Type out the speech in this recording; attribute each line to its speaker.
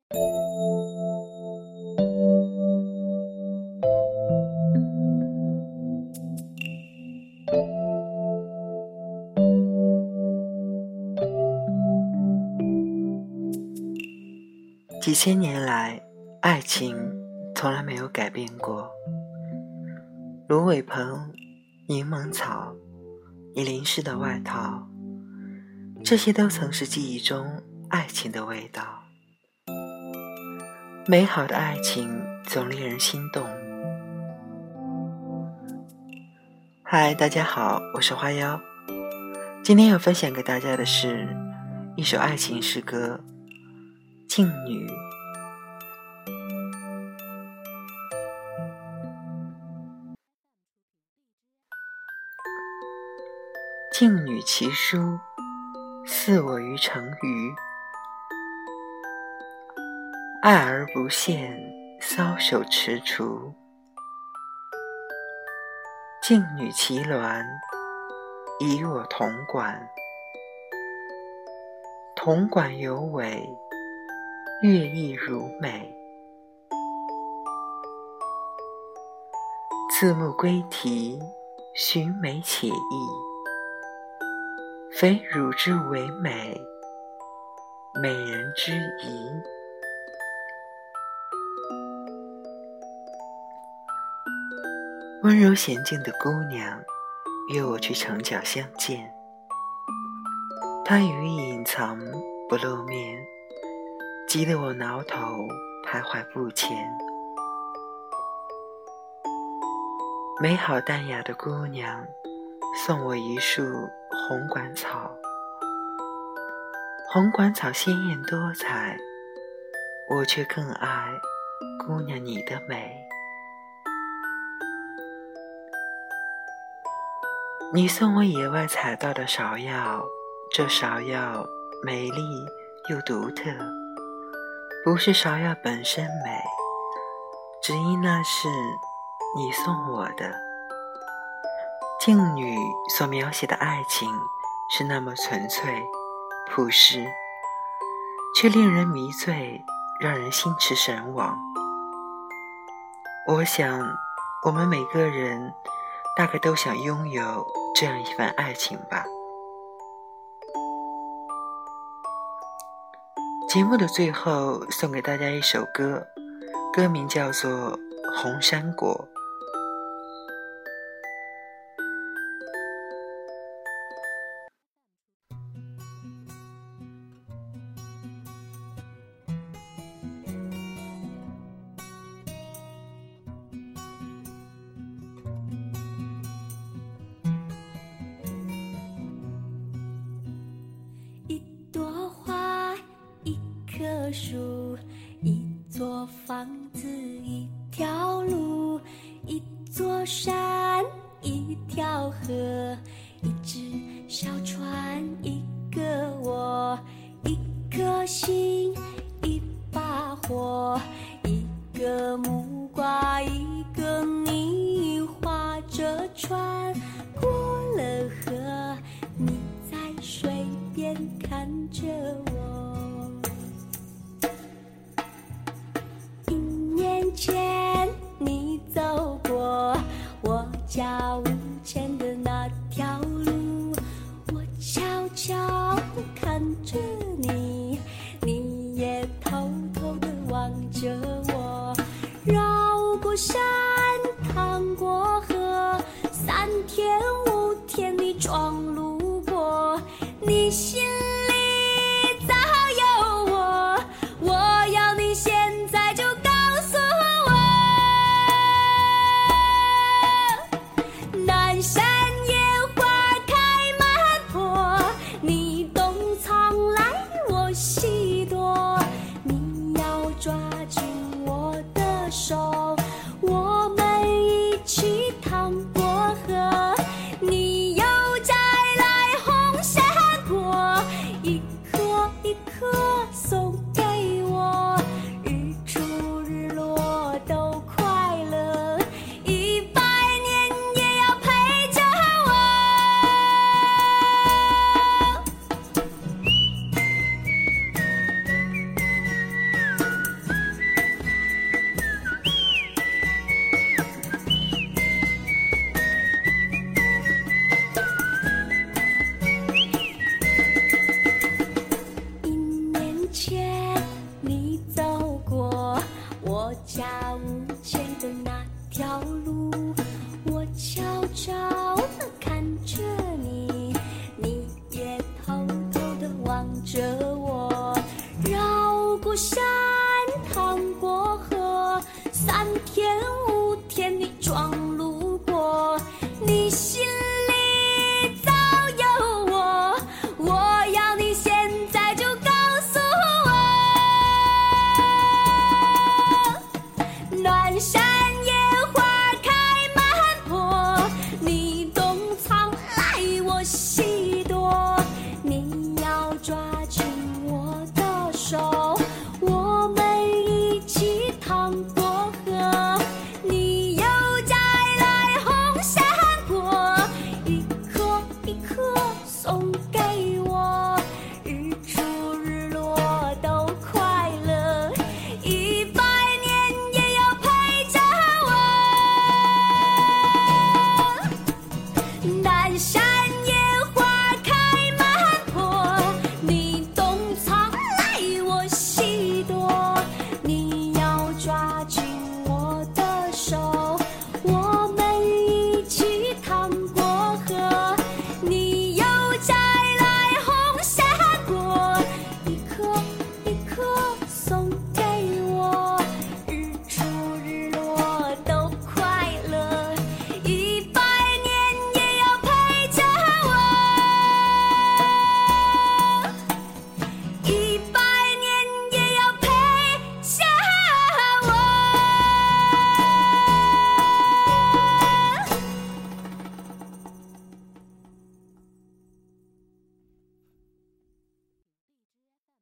Speaker 1: 几千年来，爱情从来没有改变过。芦苇棚、柠檬草、你淋湿的外套，这些都曾是记忆中爱情的味道。美好的爱情总令人心动。嗨，大家好，我是花妖。今天要分享给大家的是一首爱情诗歌《静女》。静女其书，似我于成鱼。爱而不现，搔首踟蹰。静女其鸾，以我同管。铜管有尾，乐亦如美。字目归题，寻美且意。非汝之为美，美人之仪。温柔娴静的姑娘约我去城角相见，她语意隐藏不露面，急得我挠头徘徊不前。美好淡雅的姑娘送我一束红管草，红管草鲜艳多彩，我却更爱姑娘你的美。你送我野外采到的芍药，这芍药美丽又独特，不是芍药本身美，只因那是你送我的。静女所描写的爱情是那么纯粹朴实，却令人迷醉，让人心驰神往。我想我们每个人大概都想拥有这样一份爱情吧。节目的最后送给大家一首歌，歌名叫做《红山果》。
Speaker 2: 树，一座房子，一条路，一座山，一条河，一只小船，一个我，一颗心，一把火，一个木瓜，一个你，划着船过了河，你在水边看着我。前你走过我家屋前的那条路，我悄悄看着你，你也偷偷地望着我。绕过山，趟过河，3天5天你装路过，你心里早有我，我要你现在就山野花开满坡，你东藏来我西躲，你要抓紧我的手，我们一起趟过河，你又摘来红山果， 你走过我家屋前的那条路，我悄悄地看着你，你也偷偷地望着我。绕过山，趟过河，3天5天你装